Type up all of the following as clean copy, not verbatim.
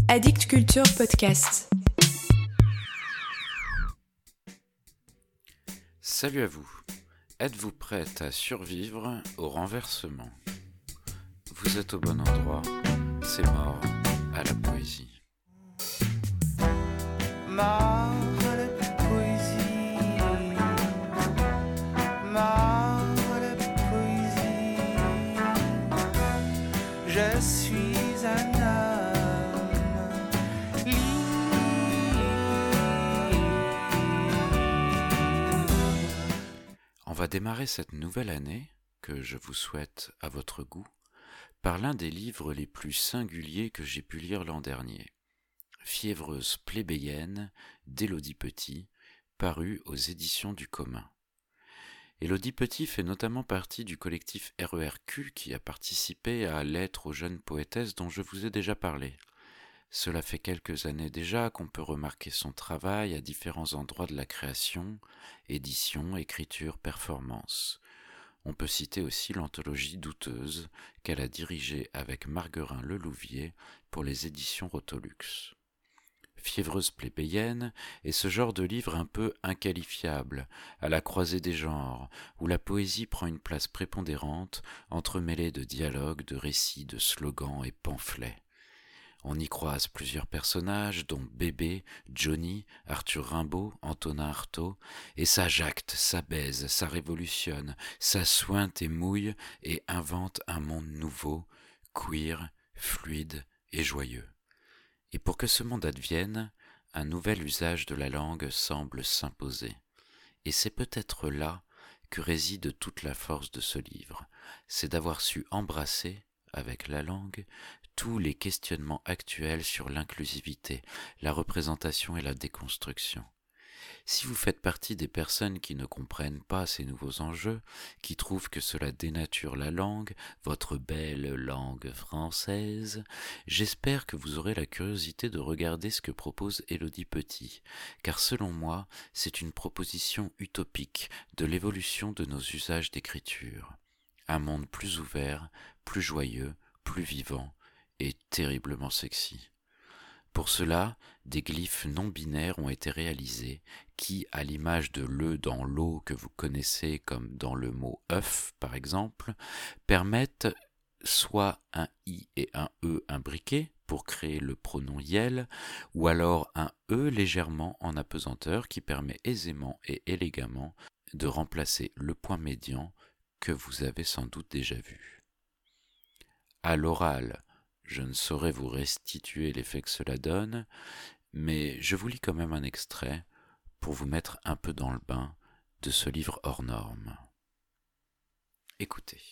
Addict Culture Podcast. Salut à vous. Êtes-vous prête à survivre au renversement ? Vous êtes au bon endroit, c'est mort à la poésie. Mort à la poésie, mort à la poésie. Je suis un homme libre. On va démarrer cette nouvelle année, que je vous souhaite à votre goût, par l'un des livres les plus singuliers que j'ai pu lire l'an dernier. Fiévreuse plébéienne d'Élodie Petit, paru aux éditions du Commun. Élodie Petit fait notamment partie du collectif RERQ qui a participé à Lettres aux jeunes poétesses dont je vous ai déjà parlé. Cela fait quelques années déjà qu'on peut remarquer son travail à différents endroits de la création, édition, écriture, performance. On peut citer aussi l'anthologie Douteuse qu'elle a dirigée avec Marguerin Lelouvier pour les éditions Rotolux. Fiévreuse plébéienne est ce genre de livre un peu inqualifiable, à la croisée des genres, où la poésie prend une place prépondérante, entremêlée de dialogues, de récits, de slogans et pamphlets. On y croise plusieurs personnages, dont Bébé, Johnny, Arthur Rimbaud, Antonin Artaud, et ça jacte, ça baise, ça révolutionne, ça sointe et mouille et invente un monde nouveau, queer, fluide et joyeux. Et pour que ce monde advienne, un nouvel usage de la langue semble s'imposer. Et c'est peut-être là que réside toute la force de ce livre, c'est d'avoir su embrasser, avec la langue, tous les questionnements actuels sur l'inclusivité, la représentation et la déconstruction. Si vous faites partie des personnes qui ne comprennent pas ces nouveaux enjeux, qui trouvent que cela dénature la langue, votre belle langue française, j'espère que vous aurez la curiosité de regarder ce que propose Élodie Petit, car selon moi, c'est une proposition utopique de l'évolution de nos usages d'écriture. Un monde plus ouvert, plus joyeux, plus vivant et terriblement sexy. Pour cela, des glyphes non binaires ont été réalisés qui, à l'image de l'E dans l'eau que vous connaissez comme dans le mot œuf par exemple, permettent soit un I et un E imbriqués pour créer le pronom yel, ou alors un E légèrement en apesanteur qui permet aisément et élégamment de remplacer le point médian que vous avez sans doute déjà vu. À l'oral, je ne saurais vous restituer l'effet que cela donne, mais je vous lis quand même un extrait pour vous mettre un peu dans le bain de ce livre hors norme. Écoutez.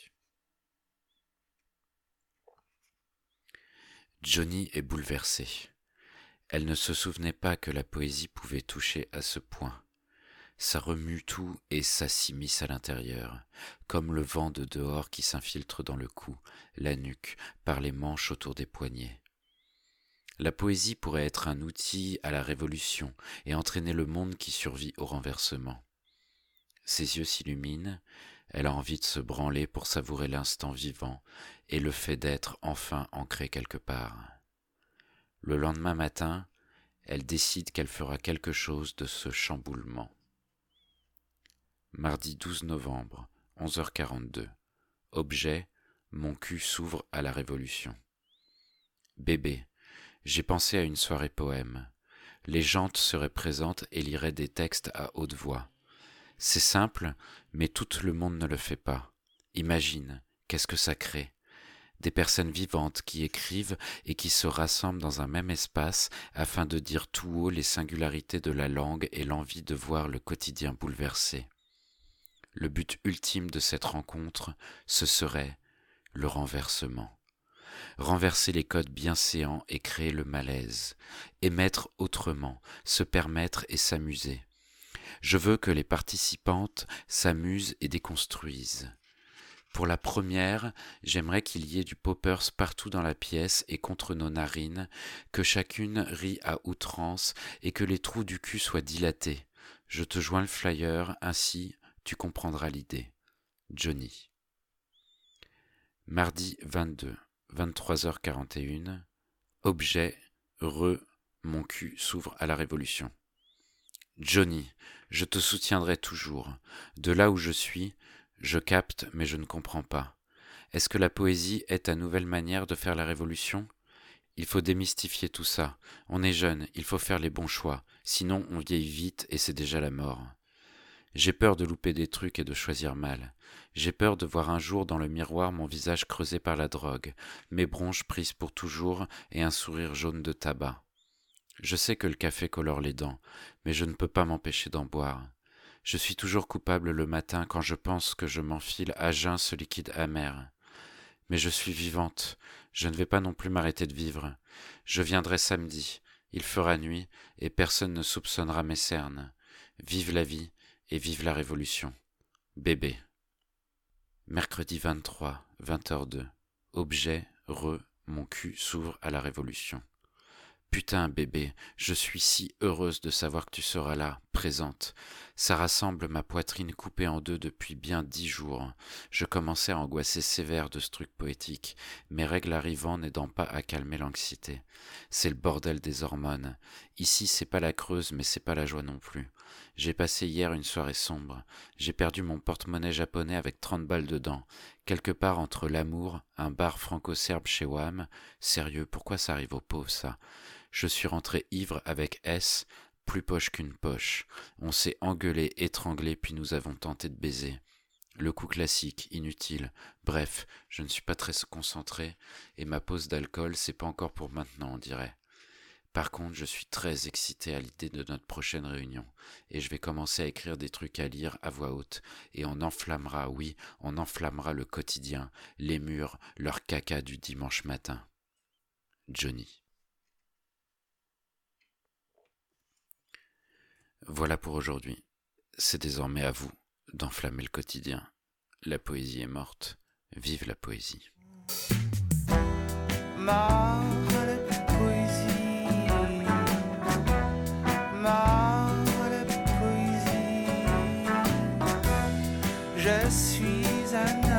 Johnny est bouleversée. Elle ne se souvenait pas que la poésie pouvait toucher à ce point. Ça remue tout et ça s'immisce à l'intérieur, comme le vent de dehors qui s'infiltre dans le cou, la nuque, par les manches autour des poignets. La poésie pourrait être un outil à la révolution et entraîner le monde qui survit au renversement. Ses yeux s'illuminent, elle a envie de se branler pour savourer l'instant vivant et le fait d'être enfin ancré quelque part. Le lendemain matin, elle décide qu'elle fera quelque chose de ce chamboulement. Mardi 12 novembre, 11h42. Objet, mon cul s'ouvre à la révolution. Bébé, j'ai pensé à une soirée poème. Les jantes seraient présentes et liraient des textes à haute voix. C'est simple, mais tout le monde ne le fait pas. Imagine, qu'est-ce que ça crée ? Des personnes vivantes qui écrivent et qui se rassemblent dans un même espace afin de dire tout haut les singularités de la langue et l'envie de voir le quotidien bouleversé. Le but ultime de cette rencontre, ce serait le renversement. Renverser les codes bienséants et créer le malaise. Émettre autrement, se permettre et s'amuser. Je veux que les participantes s'amusent et déconstruisent. Pour la première, j'aimerais qu'il y ait du poppers partout dans la pièce et contre nos narines, que chacune rit à outrance et que les trous du cul soient dilatés. Je te joins le flyer, ainsi tu comprendras l'idée. Johnny. Mardi 22, 23h41. Objet, Mon cul s'ouvre à la révolution. Johnny, je te soutiendrai toujours. De là où je suis, je capte, mais je ne comprends pas. Est-ce que la poésie est ta nouvelle manière de faire la révolution ? Il faut démystifier tout ça. On est jeune, il faut faire les bons choix. Sinon, on vieillit vite et c'est déjà la mort. J'ai peur de louper des trucs et de choisir mal. J'ai peur de voir un jour dans le miroir mon visage creusé par la drogue, mes bronches prises pour toujours et un sourire jaune de tabac. Je sais que le café colore les dents, mais je ne peux pas m'empêcher d'en boire. Je suis toujours coupable le matin quand je pense que je m'enfile à jeun ce liquide amer. Mais je suis vivante, je ne vais pas non plus m'arrêter de vivre. Je viendrai samedi, il fera nuit, et personne ne soupçonnera mes cernes. Vive la vie, et vive la révolution. Bébé. Mercredi 23, 20h02. Objet, mon cul s'ouvre à la révolution. Putain, bébé, je suis si heureuse de savoir que tu seras là, présente. Ça rassemble ma poitrine coupée en deux depuis bien 10 jours. Je commençais à angoisser sévère de ce truc poétique, mes règles arrivant n'aidant pas à calmer l'anxiété. C'est le bordel des hormones. Ici, c'est pas la Creuse, mais c'est pas la joie non plus. J'ai passé hier une soirée sombre. J'ai perdu mon porte-monnaie japonais avec 30 balles dedans. Quelque part entre l'amour, un bar franco-serbe chez Wham. Sérieux, pourquoi ça arrive aux pauvres, ça ? Je suis rentré ivre avec S, plus poche qu'une poche. On s'est engueulé, étranglé, puis nous avons tenté de baiser. Le coup classique, inutile. Bref, je ne suis pas très concentré, et ma pause d'alcool, c'est pas encore pour maintenant, on dirait. Par contre, je suis très excité à l'idée de notre prochaine réunion, et je vais commencer à écrire des trucs à lire à voix haute, et on enflammera, oui, on enflammera le quotidien, les murs, leur caca du dimanche matin. Johnny. Voilà pour aujourd'hui. C'est désormais à vous d'enflammer le quotidien. La poésie est morte. Vive la poésie. Mort la poésie. Mort la poésie. Je suis un